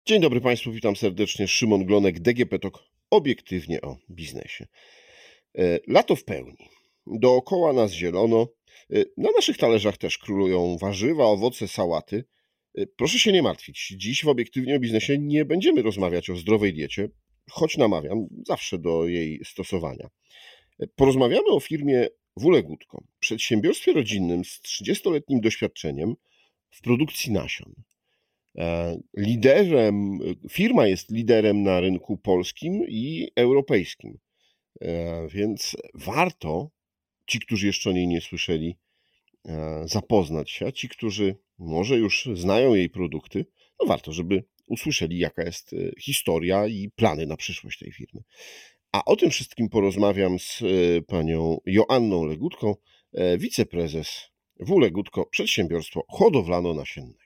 Dzień dobry Państwu, witam serdecznie. Szymon Glonek, DGP TOK, obiektywnie o biznesie. Lato w pełni. Dookoła nas zielono. Na naszych talerzach też królują warzywa, owoce, sałaty. Proszę się nie martwić. Dziś w obiektywnie o biznesie nie będziemy rozmawiać o zdrowej diecie, choć namawiam zawsze do jej stosowania. Porozmawiamy o firmie Wóle Gutko, przedsiębiorstwie rodzinnym z 30-letnim doświadczeniem w produkcji nasion. Firma jest liderem na rynku polskim i europejskim, więc warto, ci, którzy jeszcze o niej nie słyszeli, zapoznać się, a ci, którzy może już znają jej produkty, no warto, żeby usłyszeli, jaka jest historia i plany na przyszłość tej firmy. A o tym wszystkim porozmawiam z panią Joanną Legutką, wiceprezes Wóle Gutko, przedsiębiorstwo hodowlano-nasienne.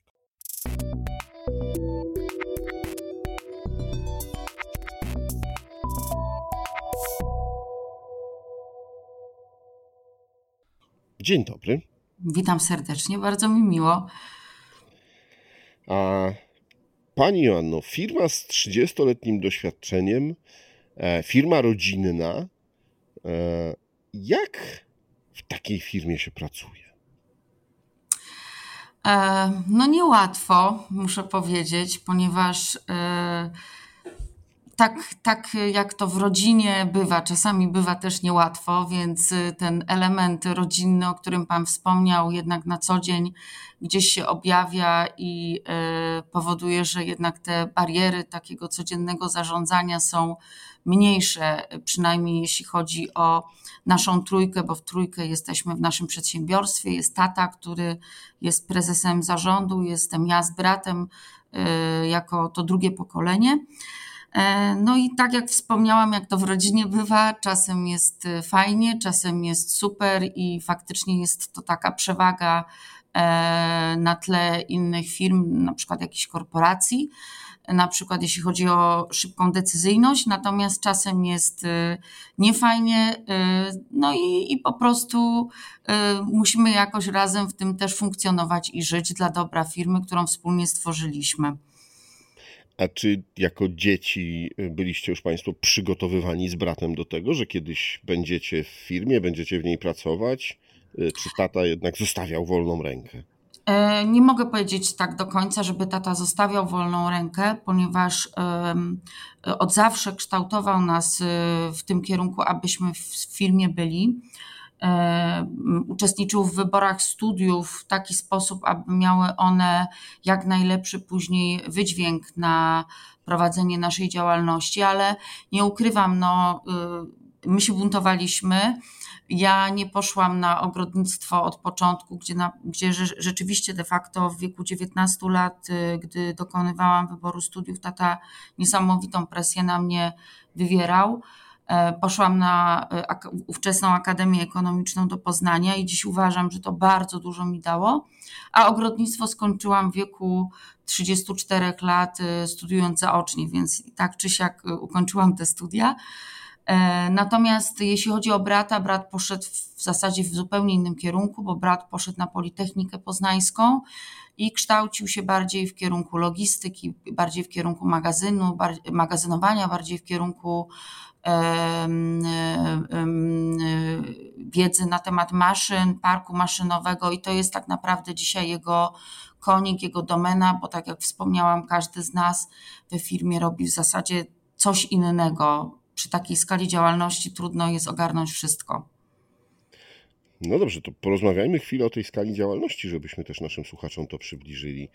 Dzień dobry. Witam serdecznie, bardzo mi miło. A pani Joanno, firma z 30-letnim doświadczeniem, firma rodzinna. Jak w takiej firmie się pracuje? No niełatwo, muszę powiedzieć, ponieważ tak jak to w rodzinie bywa, czasami bywa też niełatwo, więc ten element rodzinny, o którym Pan wspomniał, jednak na co dzień gdzieś się objawia i powoduje, że jednak te bariery takiego codziennego zarządzania są mniejsze, przynajmniej jeśli chodzi o naszą trójkę, bo w trójkę jesteśmy w naszym przedsiębiorstwie. Jest tata, który jest prezesem zarządu, jestem ja z bratem jako to drugie pokolenie. No i tak jak wspomniałam, jak to w rodzinie bywa, czasem jest fajnie, czasem jest super i faktycznie jest to taka przewaga na tle innych firm, na przykład jakichś korporacji, na przykład jeśli chodzi o szybką decyzyjność, natomiast czasem jest niefajnie, no i po prostu musimy jakoś razem w tym też funkcjonować i żyć dla dobra firmy, którą wspólnie stworzyliśmy. A czy jako dzieci byliście już Państwo przygotowywani z bratem do tego, że kiedyś będziecie w firmie, będziecie w niej pracować? Czy tata jednak zostawiał wolną rękę? Nie mogę powiedzieć tak do końca, żeby tata zostawiał wolną rękę, ponieważ od zawsze kształtował nas w tym kierunku, abyśmy w firmie byli. Uczestniczył w wyborach studiów w taki sposób, aby miały one jak najlepszy później wydźwięk na prowadzenie naszej działalności, ale nie ukrywam, my się buntowaliśmy. Ja nie poszłam na ogrodnictwo od początku, gdzie rzeczywiście de facto w wieku 19 lat, gdy dokonywałam wyboru studiów, tata niesamowitą presję na mnie wywierał. Poszłam na ówczesną Akademię Ekonomiczną do Poznania i dziś uważam, że to bardzo dużo mi dało, a ogrodnictwo skończyłam w wieku 34 lat, studiując zaocznie, więc tak czy siak ukończyłam te studia. Natomiast jeśli chodzi o brata, brat poszedł w zasadzie w zupełnie innym kierunku, bo brat poszedł na Politechnikę Poznańską i kształcił się bardziej w kierunku logistyki, bardziej w kierunku magazynowania, bardziej w kierunku wiedzy na temat maszyn, parku maszynowego i to jest tak naprawdę dzisiaj jego konik, jego domena, bo tak jak wspomniałam, każdy z nas we firmie robi w zasadzie coś innego. Przy takiej skali działalności trudno jest ogarnąć wszystko. No dobrze, to porozmawiajmy chwilę o tej skali działalności, żebyśmy też naszym słuchaczom to przybliżyli.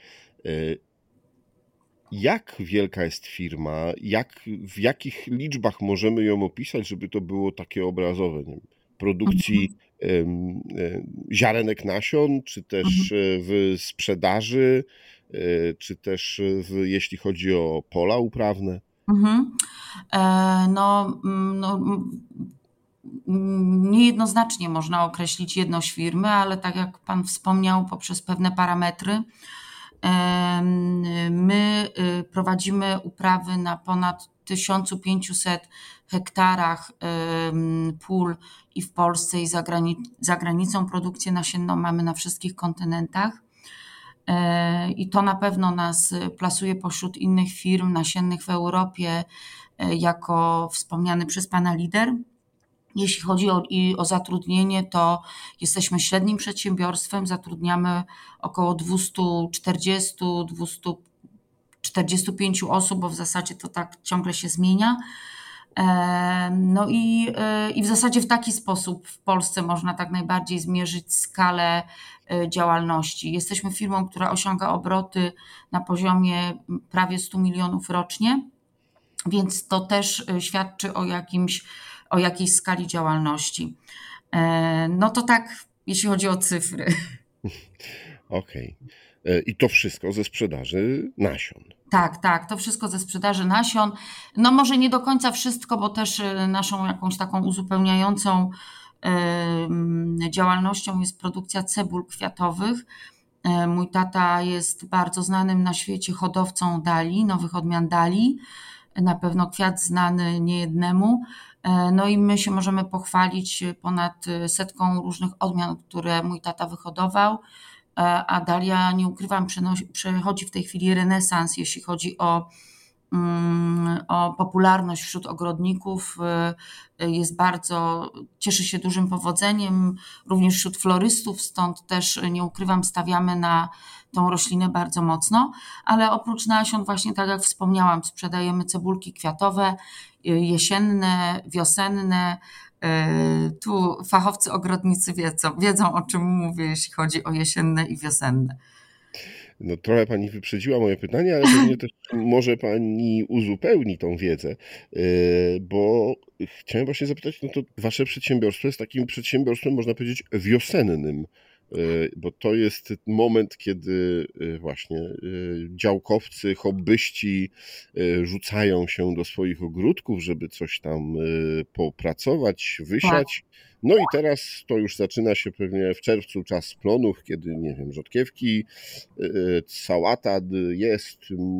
Jak wielka jest firma? W jakich liczbach możemy ją opisać, żeby to było takie obrazowe? Nie wiem, produkcji ziarenek nasion, czy też w sprzedaży, czy też jeśli chodzi o pola uprawne? Niejednoznacznie można określić jedność firmy, ale tak jak Pan wspomniał, poprzez pewne parametry my prowadzimy uprawy na ponad 1500 hektarach pól i w Polsce i za granicą. Produkcję nasienną mamy na wszystkich kontynentach. I to na pewno nas plasuje pośród innych firm nasiennych w Europie jako wspomniany przez Pana lider. Jeśli chodzi o zatrudnienie, to jesteśmy średnim przedsiębiorstwem, zatrudniamy około 240-245 osób, bo w zasadzie to tak ciągle się zmienia. No i w zasadzie w taki sposób w Polsce można tak najbardziej zmierzyć skalę działalności. Jesteśmy firmą, która osiąga obroty na poziomie prawie 100 milionów rocznie, więc to też świadczy o jakiejś skali działalności. No to tak, jeśli chodzi o cyfry. Okej. I to wszystko ze sprzedaży nasion. Tak, to wszystko ze sprzedaży nasion. No może nie do końca wszystko, bo też naszą jakąś taką uzupełniającą działalnością jest produkcja cebul kwiatowych. Mój tata jest bardzo znanym na świecie hodowcą dali, nowych odmian dali. Na pewno kwiat znany niejednemu. No i my się możemy pochwalić ponad 100 różnych odmian, które mój tata wyhodował, a dalia, nie ukrywam, przechodzi w tej chwili renesans, jeśli chodzi o popularność wśród ogrodników. Cieszy się dużym powodzeniem, również wśród florystów, stąd też, nie ukrywam, stawiamy na tą roślinę bardzo mocno, ale oprócz nasion, właśnie tak jak wspomniałam, sprzedajemy cebulki kwiatowe, jesienne, wiosenne. Tu fachowcy ogrodnicy wiedzą, o czym mówię, jeśli chodzi o jesienne i wiosenne. No trochę Pani wyprzedziła moje pytanie, ale pewnie też może Pani uzupełni tą wiedzę, bo chciałem właśnie zapytać, no to Wasze przedsiębiorstwo jest takim przedsiębiorstwem, można powiedzieć, wiosennym, bo to jest moment, kiedy właśnie działkowcy, hobbyści rzucają się do swoich ogródków, żeby coś tam popracować, wysiać. No i teraz to już zaczyna się pewnie w czerwcu czas plonów, kiedy, nie wiem, rzodkiewki, sałata jest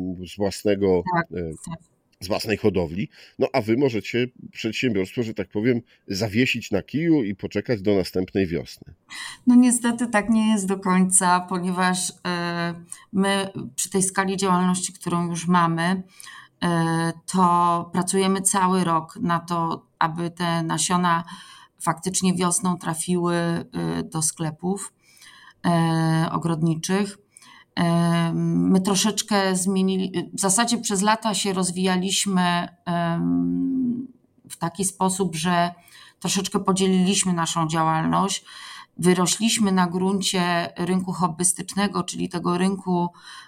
z własnej hodowli. No a wy możecie przedsiębiorstwo, że tak powiem, zawiesić na kiju i poczekać do następnej wiosny. No niestety tak nie jest do końca, ponieważ my przy tej skali działalności, którą już mamy, to pracujemy cały rok na to, aby te nasiona faktycznie wiosną trafiły do sklepów ogrodniczych. My troszeczkę w zasadzie przez lata się rozwijaliśmy w taki sposób, że troszeczkę podzieliliśmy naszą działalność. Wyrośliśmy na gruncie rynku hobbystycznego, czyli tego rynku,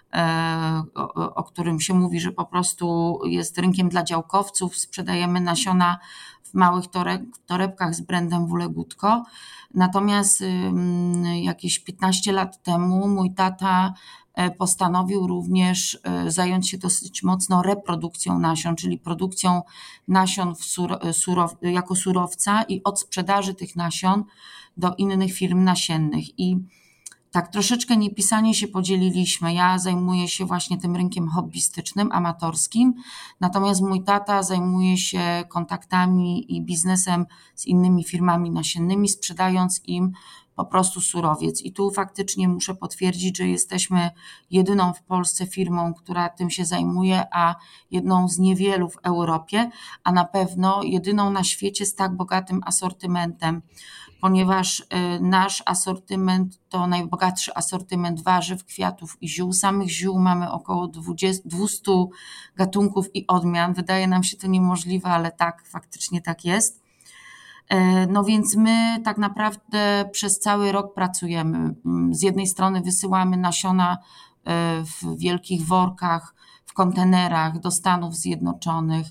o którym się mówi, że po prostu jest rynkiem dla działkowców. Sprzedajemy nasiona w małych torebkach z brandem Wulegutko. Natomiast jakieś 15 lat temu mój tata postanowił również zająć się dosyć mocno reprodukcją nasion, czyli produkcją nasion jako surowca i odsprzedaży tych nasion do innych firm nasiennych. I tak troszeczkę niepisanie się podzieliliśmy. Ja zajmuję się właśnie tym rynkiem hobbystycznym, amatorskim, natomiast mój tata zajmuje się kontaktami i biznesem z innymi firmami nasiennymi, sprzedając im po prostu surowiec. I tu faktycznie muszę potwierdzić, że jesteśmy jedyną w Polsce firmą, która tym się zajmuje, a jedną z niewielu w Europie, a na pewno jedyną na świecie z tak bogatym asortymentem, ponieważ nasz asortyment to najbogatszy asortyment warzyw, kwiatów i ziół. Samych ziół mamy około 200 gatunków i odmian. Wydaje nam się to niemożliwe, ale tak, faktycznie tak jest. No więc my tak naprawdę przez cały rok pracujemy. Z jednej strony wysyłamy nasiona w wielkich workach, w kontenerach do Stanów Zjednoczonych,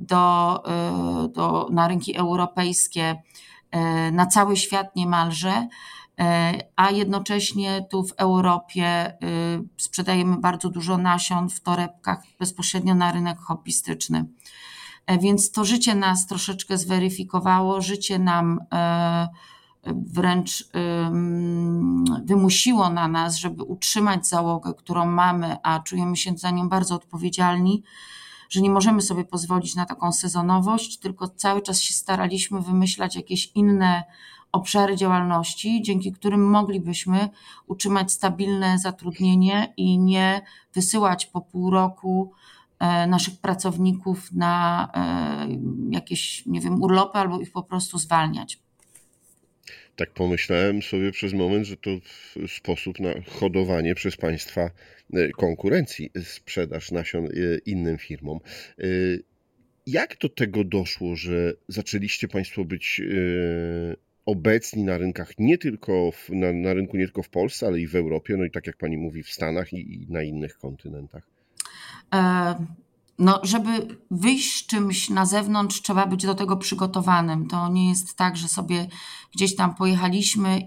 na rynki europejskie, na cały świat niemalże, a jednocześnie tu w Europie sprzedajemy bardzo dużo nasion w torebkach bezpośrednio na rynek hobbystyczny. Więc to życie nas troszeczkę zweryfikowało, życie nam wręcz wymusiło na nas, żeby utrzymać załogę, którą mamy, a czujemy się za nią bardzo odpowiedzialni. że nie możemy sobie pozwolić na taką sezonowość, tylko cały czas się staraliśmy wymyślać jakieś inne obszary działalności, dzięki którym moglibyśmy utrzymać stabilne zatrudnienie i nie wysyłać po pół roku naszych pracowników na jakieś, nie wiem, urlopy albo ich po prostu zwalniać. Tak pomyślałem sobie przez moment, że to sposób na hodowanie przez państwa konkurencji, sprzedaż nasion innym firmom. Jak do tego doszło, że zaczęliście państwo być obecni na rynkach nie tylko na rynku nie tylko w Polsce, ale i w Europie, no i tak jak pani mówi, w Stanach i na innych kontynentach? No, żeby wyjść z czymś na zewnątrz, trzeba być do tego przygotowanym. To nie jest tak, że sobie gdzieś tam pojechaliśmy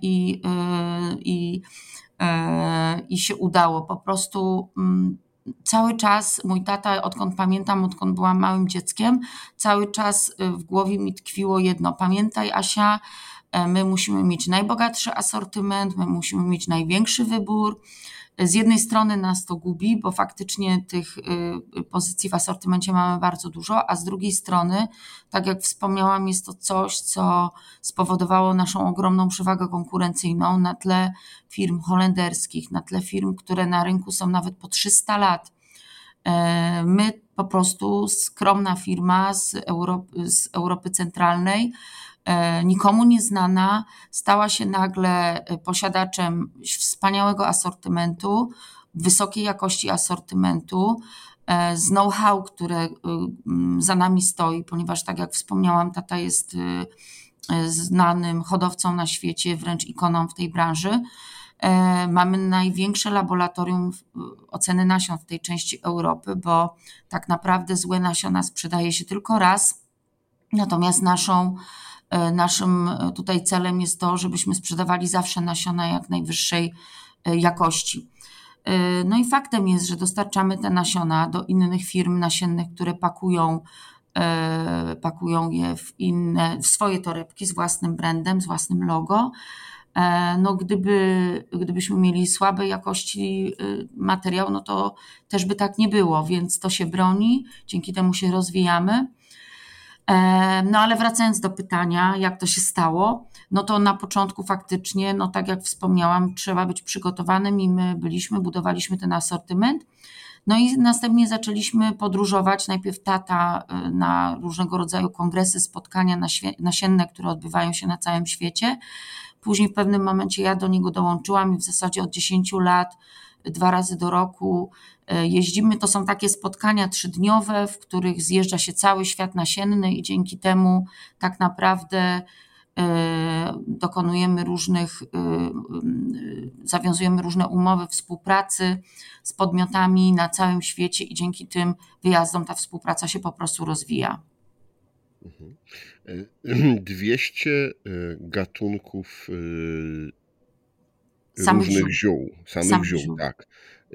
i się udało. Po prostu cały czas mój tata, odkąd pamiętam, odkąd byłam małym dzieckiem, cały czas w głowie mi tkwiło jedno: pamiętaj, Asia, my musimy mieć najbogatszy asortyment, my musimy mieć największy wybór. Z jednej strony nas to gubi, bo faktycznie tych pozycji w asortymencie mamy bardzo dużo, a z drugiej strony, tak jak wspomniałam, jest to coś, co spowodowało naszą ogromną przewagę konkurencyjną na tle firm holenderskich, na tle firm, które na rynku są nawet po 300 lat. My po prostu, skromna firma z Europy Centralnej, nikomu nieznana, stała się nagle posiadaczem wspaniałego asortymentu, wysokiej jakości asortymentu, z know-how, które za nami stoi, ponieważ tak jak wspomniałam, tata jest znanym hodowcą na świecie, wręcz ikoną w tej branży. Mamy największe laboratorium oceny nasion w tej części Europy, bo tak naprawdę złe nasiona sprzedaje się tylko raz, natomiast naszym tutaj celem jest to, żebyśmy sprzedawali zawsze nasiona jak najwyższej jakości. No i faktem jest, że dostarczamy te nasiona do innych firm nasiennych, które pakują je w swoje torebki z własnym brandem, z własnym logo. No gdybyśmy mieli słabej jakości materiał, no to też by tak nie było, więc to się broni, dzięki temu się rozwijamy. No ale wracając do pytania, jak to się stało, no to na początku faktycznie, no tak jak wspomniałam, trzeba być przygotowanym i my budowaliśmy ten asortyment. No i następnie zaczęliśmy podróżować, najpierw tata na różnego rodzaju kongresy, spotkania nasienne, które odbywają się na całym świecie. Później w pewnym momencie ja do niego dołączyłam i w zasadzie od 10 lat 2 razy do roku jeździmy. To są takie spotkania 3-dniowe, w których zjeżdża się cały świat nasienny i dzięki temu tak naprawdę zawiązujemy różne umowy współpracy z podmiotami na całym świecie i dzięki tym wyjazdom ta współpraca się po prostu rozwija. 200 gatunków Samych różnych ziół. Samych ziół, ziół. tak.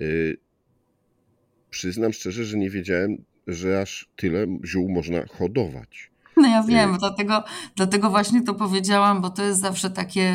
Przyznam szczerze, że nie wiedziałem, że aż tyle ziół można hodować. No ja wiem, dlatego właśnie to powiedziałam, bo to jest zawsze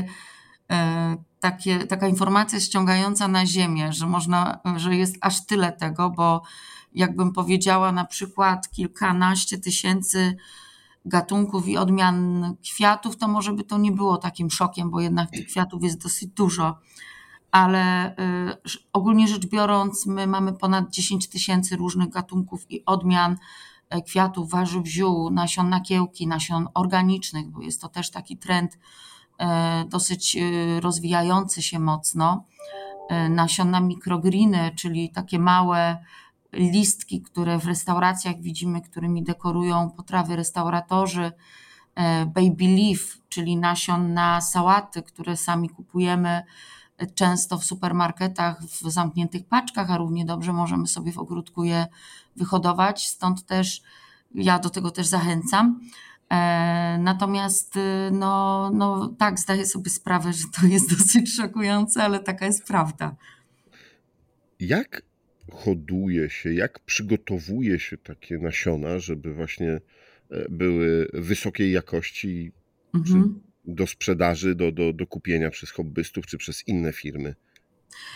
taka informacja ściągająca na ziemię, że jest aż tyle tego, bo jakbym powiedziała na przykład kilkanaście tysięcy gatunków i odmian kwiatów, to może by to nie było takim szokiem, bo jednak tych kwiatów jest dosyć dużo. Ale ogólnie rzecz biorąc, my mamy ponad 10 tysięcy różnych gatunków i odmian kwiatów, warzyw, ziół, nasion nakiełki, nasion organicznych, bo jest to też taki trend dosyć rozwijający się mocno. Nasiona mikrogreeny, czyli takie małe listki, które w restauracjach widzimy, którymi dekorują potrawy restauratorzy. Baby leaf, czyli nasion na sałaty, które sami kupujemy często w supermarketach w zamkniętych paczkach, a równie dobrze możemy sobie w ogródku je wyhodować, stąd też ja do tego też zachęcam. Natomiast no tak, zdaję sobie sprawę, że to jest dosyć szokujące, ale taka jest prawda. Jak hoduje się, jak przygotowuje się takie nasiona, żeby właśnie były wysokiej jakości do sprzedaży, do kupienia przez hobbystów czy przez inne firmy?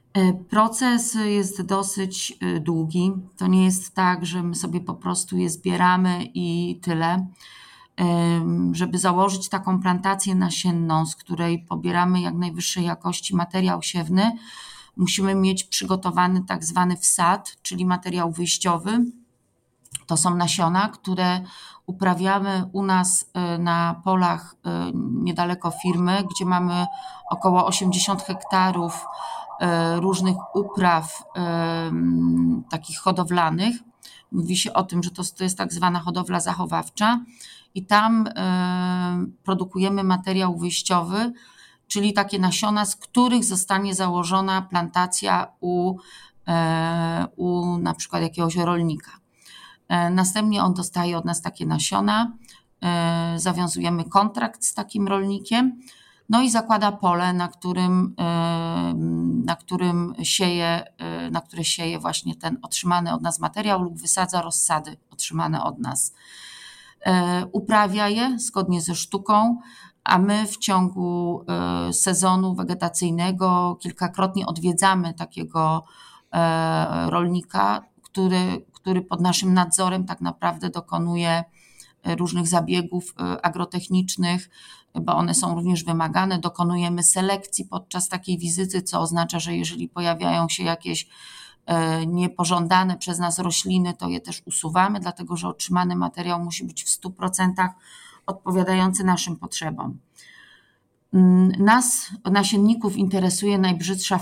Proces jest dosyć długi. To nie jest tak, że my sobie po prostu je zbieramy i tyle. Żeby założyć taką plantację nasienną, z której pobieramy jak najwyższej jakości materiał siewny, musimy mieć przygotowany tak zwany wsad, czyli materiał wyjściowy. To są nasiona, które uprawiamy u nas na polach niedaleko firmy, gdzie mamy około 80 hektarów różnych upraw takich hodowlanych. Mówi się o tym, że to jest tak zwana hodowla zachowawcza i tam produkujemy materiał wyjściowy, czyli takie nasiona, z których zostanie założona plantacja u na przykład jakiegoś rolnika. Następnie on dostaje od nas takie nasiona, zawiązujemy kontrakt z takim rolnikiem, no i zakłada pole, na które sieje właśnie ten otrzymany od nas materiał lub wysadza rozsady otrzymane od nas. Uprawia je zgodnie ze sztuką, a my w ciągu sezonu wegetacyjnego kilkakrotnie odwiedzamy takiego rolnika, który pod naszym nadzorem tak naprawdę dokonuje różnych zabiegów agrotechnicznych, bo one są również wymagane. Dokonujemy selekcji podczas takiej wizyty, co oznacza, że jeżeli pojawiają się jakieś niepożądane przez nas rośliny, to je też usuwamy, dlatego że otrzymany materiał musi być w 100% odpowiadający naszym potrzebom. Nas, nasienników, interesuje najbrzydsza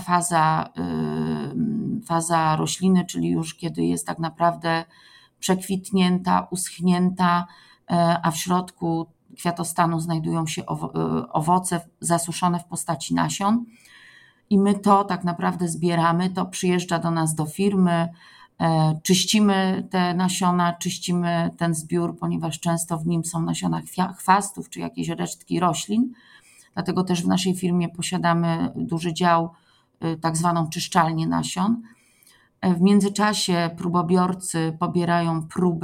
faza rośliny, czyli już kiedy jest tak naprawdę przekwitnięta, uschnięta, a w środku kwiatostanu znajdują się owoce zasuszone w postaci nasion. I my to tak naprawdę zbieramy, to przyjeżdża do nas do firmy, czyścimy te nasiona, czyścimy ten zbiór, ponieważ często w nim są nasiona chwastów czy jakieś resztki roślin. Dlatego też w naszej firmie posiadamy duży dział, tak zwaną czyszczalnię nasion. W międzyczasie próbobiorcy pobierają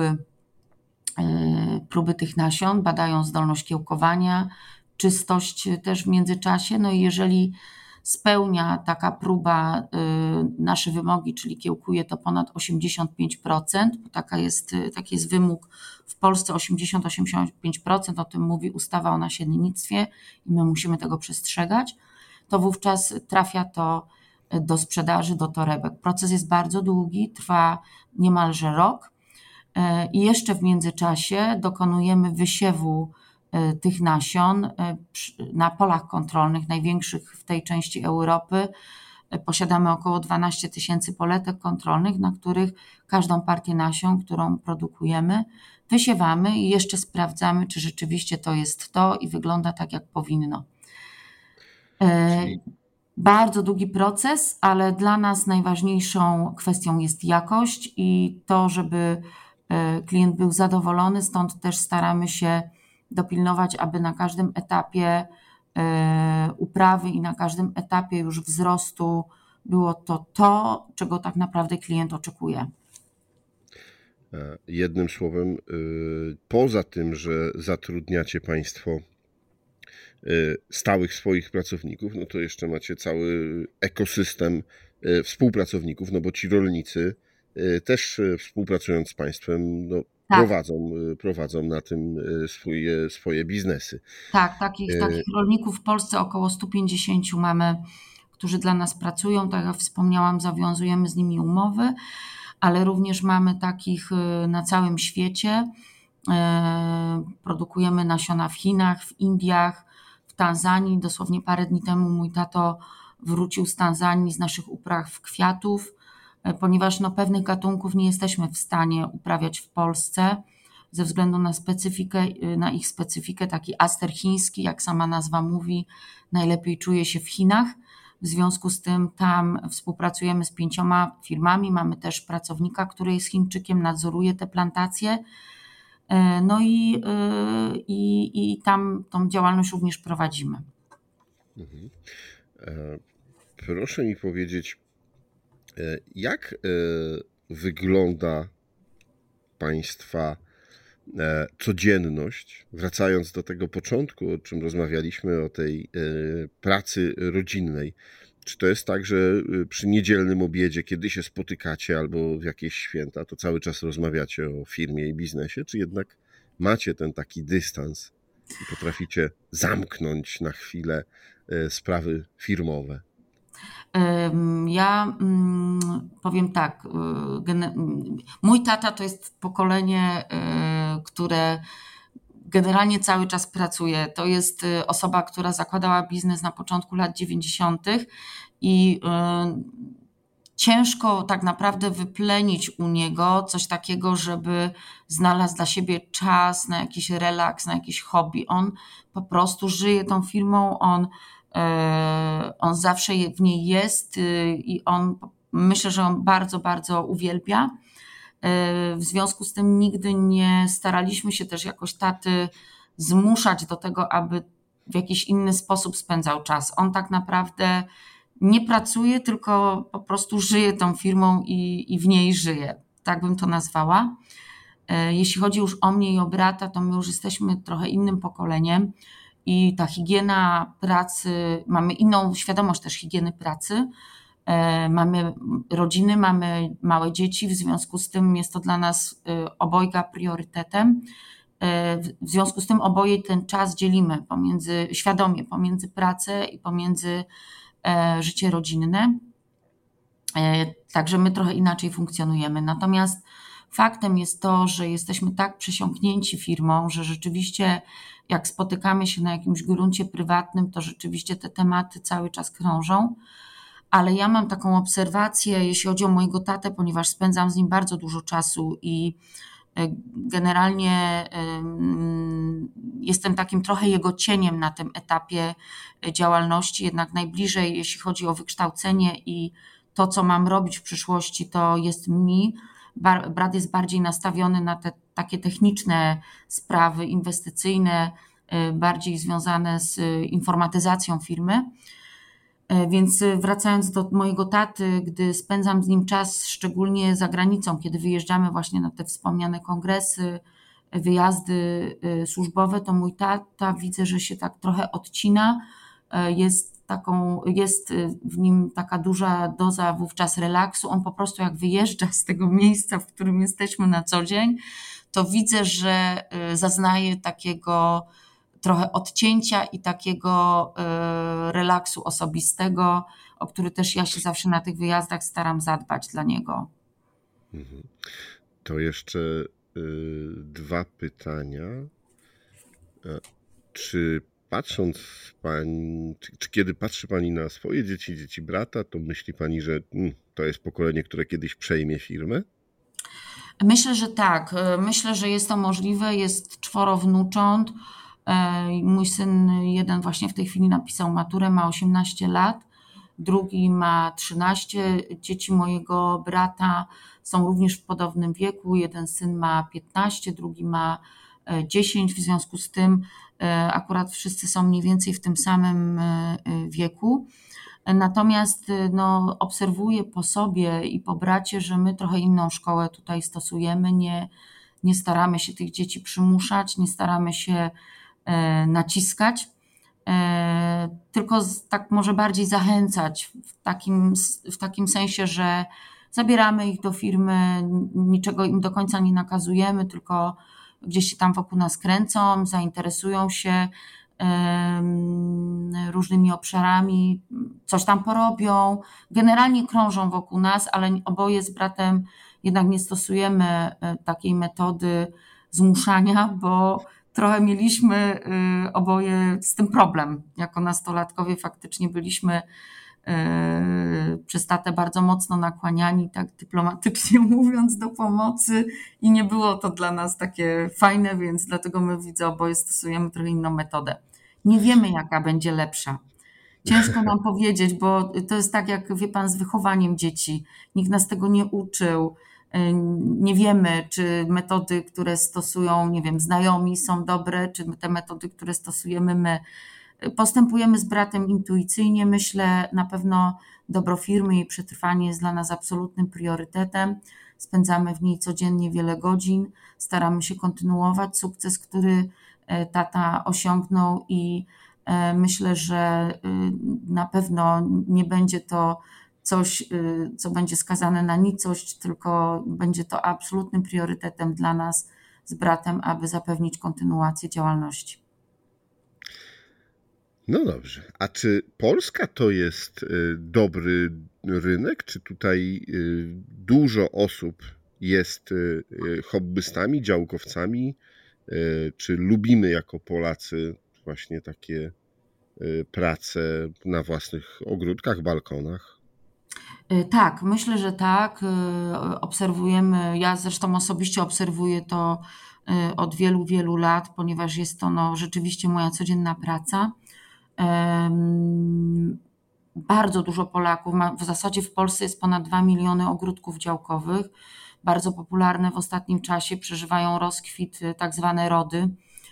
próby tych nasion, badają zdolność kiełkowania, czystość też w międzyczasie. No i jeżeli spełnia taka próba nasze wymogi, czyli kiełkuje to ponad 85%, bo taki jest wymóg w Polsce 80-85%, o tym mówi ustawa o nasiennictwie i my musimy tego przestrzegać, to wówczas trafia to do sprzedaży, do torebek. Proces jest bardzo długi, trwa niemalże rok i jeszcze w międzyczasie dokonujemy wysiewu tych nasion na polach kontrolnych, największych w tej części Europy. Posiadamy około 12 000 poletek kontrolnych, na których każdą partię nasion, którą produkujemy, wysiewamy i jeszcze sprawdzamy, czy rzeczywiście to jest to i wygląda tak, jak powinno. Czyli Bardzo długi proces, ale dla nas najważniejszą kwestią jest jakość i to, żeby klient był zadowolony, stąd też staramy się dopilnować, aby na każdym etapie uprawy i na każdym etapie już wzrostu było to, czego tak naprawdę klient oczekuje. jednym słowem, poza tym, że zatrudniacie Państwo stałych swoich pracowników, no to jeszcze macie cały ekosystem współpracowników, no bo ci rolnicy też współpracując z Państwem, no, Tak. prowadzą na tym swoje biznesy. Tak, takich rolników w Polsce około 150 mamy, którzy dla nas pracują. Tak jak wspomniałam, zawiązujemy z nimi umowy, ale również mamy takich na całym świecie. Produkujemy nasiona w Chinach, w Indiach, w Tanzanii. Dosłownie parę dni temu mój tato wrócił z Tanzanii z naszych upraw kwiatów, ponieważ pewnych gatunków nie jesteśmy w stanie uprawiać w Polsce ze względu na ich specyfikę. Taki aster chiński, jak sama nazwa mówi, najlepiej czuje się w Chinach. W związku z tym tam współpracujemy z 5 firmami. Mamy też pracownika, który jest Chińczykiem, nadzoruje te plantacje. No i tam tą działalność również prowadzimy. Proszę mi powiedzieć, jak wygląda Państwa codzienność, wracając do tego początku, o czym rozmawialiśmy, o tej pracy rodzinnej. Czy to jest tak, że przy niedzielnym obiedzie, kiedy się spotykacie albo w jakieś święta, to cały czas rozmawiacie o firmie i biznesie, czy jednak macie ten taki dystans i potraficie zamknąć na chwilę sprawy firmowe? Ja powiem tak, mój tata to jest pokolenie, które generalnie cały czas pracuje. To jest osoba, która zakładała biznes na początku lat 90. i ciężko tak naprawdę wyplenić u niego coś takiego, żeby znalazł dla siebie czas na jakiś relaks, na jakieś hobby. On po prostu żyje tą firmą, on zawsze w niej jest i myślę, że on bardzo, bardzo uwielbia. W związku z tym nigdy nie staraliśmy się też jakoś taty zmuszać do tego, aby w jakiś inny sposób spędzał czas. On tak naprawdę nie pracuje, tylko po prostu żyje tą firmą i w niej żyje. Tak bym to nazwała. Jeśli chodzi już o mnie i o brata, to my już jesteśmy trochę innym pokoleniem i ta higiena pracy, mamy inną świadomość też higieny pracy. Mamy rodziny, mamy małe dzieci, w związku z tym jest to dla nas obojga priorytetem. W związku z tym oboje ten czas dzielimy świadomie pomiędzy pracę i pomiędzy życie rodzinne. Także my trochę inaczej funkcjonujemy. Natomiast faktem jest to, że jesteśmy tak przesiąknięci firmą, że rzeczywiście jak spotykamy się na jakimś gruncie prywatnym, to rzeczywiście te tematy cały czas krążą. Ale ja mam taką obserwację, jeśli chodzi o mojego tatę, ponieważ spędzam z nim bardzo dużo czasu i generalnie jestem takim trochę jego cieniem na tym etapie działalności, jednak najbliżej, jeśli chodzi o wykształcenie i to, co mam robić w przyszłości, to jest mi. Brat jest bardziej nastawiony na te takie techniczne sprawy inwestycyjne, bardziej związane z informatyzacją firmy. Więc wracając do mojego taty, gdy spędzam z nim czas, szczególnie za granicą, kiedy wyjeżdżamy właśnie na te wspomniane kongresy, wyjazdy służbowe, to mój tata widzę, że się tak trochę odcina. Jest w nim taka duża doza wówczas relaksu. On po prostu jak wyjeżdża z tego miejsca, w którym jesteśmy na co dzień, to widzę, że zaznaje takiego trochę odcięcia i takiego relaksu osobistego, o który też ja się zawsze na tych wyjazdach staram zadbać dla niego. To jeszcze 2 pytania. Czy patrząc pani, czy kiedy patrzy pani na swoje dzieci, dzieci brata, to myśli pani, że to jest pokolenie, które kiedyś przejmie firmę? Myślę, że tak. Myślę, że jest to możliwe. Jest 4 wnucząt. Mój syn jeden właśnie w tej chwili napisał maturę, ma 18 lat, drugi ma 13. Dzieci mojego brata są również w podobnym wieku. Jeden syn ma 15, drugi ma 10. W związku z tym akurat wszyscy są mniej więcej w tym samym wieku. Natomiast obserwuję po sobie i po bracie, że my trochę inną szkołę tutaj stosujemy. Nie staramy się tych dzieci przymuszać, nie staramy się naciskać, tylko tak może bardziej zachęcać w takim sensie, że zabieramy ich do firmy, niczego im do końca nie nakazujemy, tylko gdzieś się tam wokół nas kręcą, zainteresują się różnymi obszarami, coś tam porobią, generalnie krążą wokół nas, ale oboje z bratem jednak nie stosujemy takiej metody zmuszania, bo trochę mieliśmy oboje z tym problem. Jako nastolatkowie faktycznie byliśmy przez tatę bardzo mocno nakłaniani, tak dyplomatycznie mówiąc, do pomocy i nie było to dla nas takie fajne, więc dlatego my widzę oboje stosujemy trochę inną metodę. Nie wiemy, jaka będzie lepsza. Ciężko nam powiedzieć, bo to jest tak, jak wie pan, z wychowaniem dzieci. Nikt nas tego nie uczył. Nie wiemy, czy metody, które stosują, nie wiem, znajomi są dobre, czy te metody, które stosujemy my. Postępujemy z bratem intuicyjnie, myślę, na pewno dobro firmy i przetrwanie jest dla nas absolutnym priorytetem. Spędzamy w niej codziennie wiele godzin, staramy się kontynuować sukces, który tata osiągnął i Myślę, że na pewno nie będzie to coś, co będzie skazane na nicość, tylko będzie to absolutnym priorytetem dla nas z bratem, aby zapewnić kontynuację działalności. No dobrze. A czy Polska to jest dobry rynek? Czy tutaj dużo osób jest hobbystami, działkowcami? Czy lubimy jako Polacy właśnie takie prace na własnych ogródkach, balkonach? Tak, myślę, że tak. Obserwujemy, ja zresztą osobiście obserwuję to od wielu, wielu lat, ponieważ jest to rzeczywiście moja codzienna praca. Bardzo dużo Polaków, w zasadzie w Polsce jest ponad 2 miliony ogródków działkowych, bardzo popularne w ostatnim czasie, przeżywają rozkwit tak zwane rody.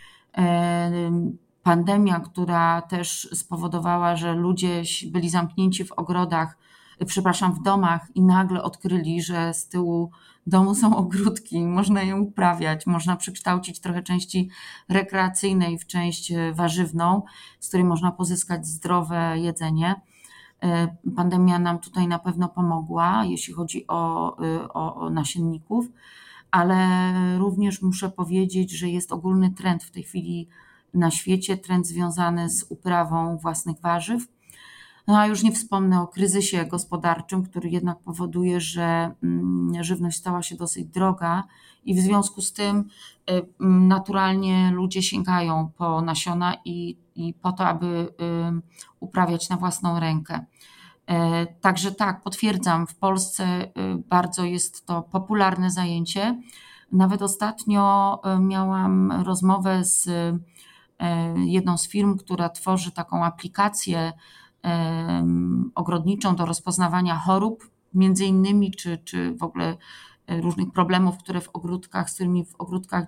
Pandemia, która też spowodowała, że ludzie byli zamknięci w ogrodach, w domach i nagle odkryli, że z tyłu domu są ogródki, można je uprawiać, można przekształcić trochę części rekreacyjnej w część warzywną, z której można pozyskać zdrowe jedzenie. Pandemia nam tutaj na pewno pomogła, jeśli chodzi o nasienników, ale również muszę powiedzieć, że jest ogólny trend w tej chwili na świecie, trend związany z uprawą własnych warzyw. No a już nie wspomnę o kryzysie gospodarczym, który jednak powoduje, że żywność stała się dosyć droga i w związku z tym naturalnie ludzie sięgają po nasiona i po to, aby uprawiać na własną rękę. Także tak, potwierdzam, w Polsce bardzo jest to popularne zajęcie. Nawet ostatnio miałam rozmowę z jedną z firm, która tworzy taką aplikację ogrodniczą do rozpoznawania chorób, między innymi, czy w ogóle różnych problemów, z którymi w ogródkach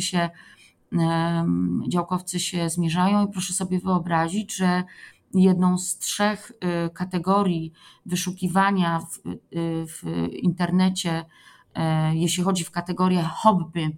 działkowcy się zmierzają. I proszę sobie wyobrazić, że jedną z 3 kategorii wyszukiwania w internecie, jeśli chodzi w kategorię hobby,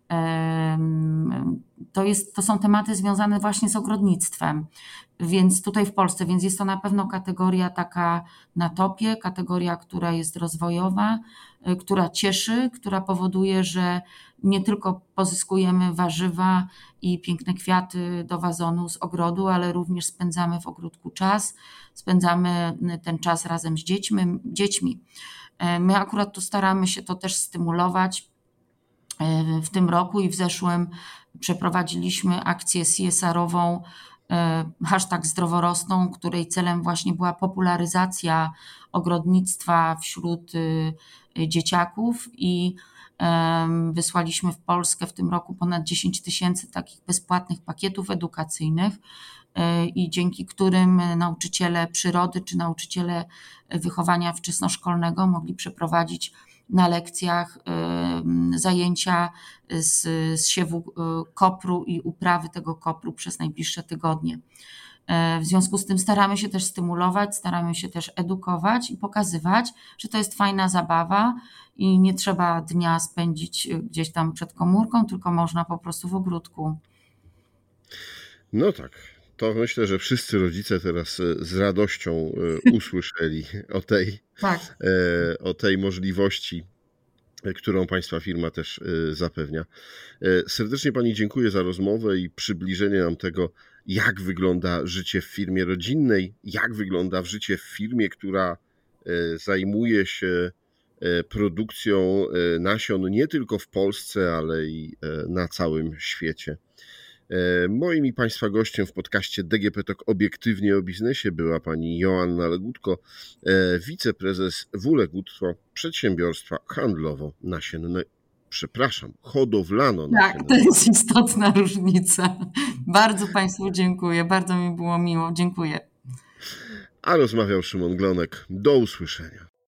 to są tematy związane właśnie z ogrodnictwem, więc tutaj w Polsce, więc jest to na pewno kategoria taka na topie, kategoria, która jest rozwojowa, która cieszy, która powoduje, że nie tylko pozyskujemy warzywa i piękne kwiaty do wazonu z ogrodu, ale również spędzamy w ogródku czas, spędzamy ten czas razem z dziećmi. My akurat tu staramy się to też stymulować. W tym roku i w zeszłym przeprowadziliśmy akcję CSR-ową #zdroworosną, której celem właśnie była popularyzacja ogrodnictwa wśród dzieciaków i wysłaliśmy w Polskę w tym roku ponad 10 000 takich bezpłatnych pakietów edukacyjnych i dzięki którym nauczyciele przyrody czy nauczyciele wychowania wczesnoszkolnego mogli przeprowadzić na lekcjach zajęcia z siewu kopru i uprawy tego kopru przez najbliższe tygodnie. W związku z tym staramy się też stymulować, staramy się też edukować i pokazywać, że to jest fajna zabawa i nie trzeba dnia spędzić gdzieś tam przed komórką, tylko można po prostu w ogródku. No tak, to myślę, że wszyscy rodzice teraz z radością usłyszeli Tak. o tej możliwości, którą Państwa firma też zapewnia. Serdecznie Pani dziękuję za rozmowę i przybliżenie nam tego, jak wygląda życie w firmie rodzinnej, jak wygląda życie w firmie, która zajmuje się produkcją nasion nie tylko w Polsce, ale i na całym świecie. Moim i Państwa gościem w podcaście DGP Talk Obiektywnie o biznesie była pani Joanna Legutko, wiceprezes WLegutko, przedsiębiorstwa handlowo-nasienne, hodowlano-nasienne. Tak, to jest istotna różnica. Bardzo Państwu dziękuję, bardzo mi było miło, dziękuję. A rozmawiał Szymon Glonek. Do usłyszenia.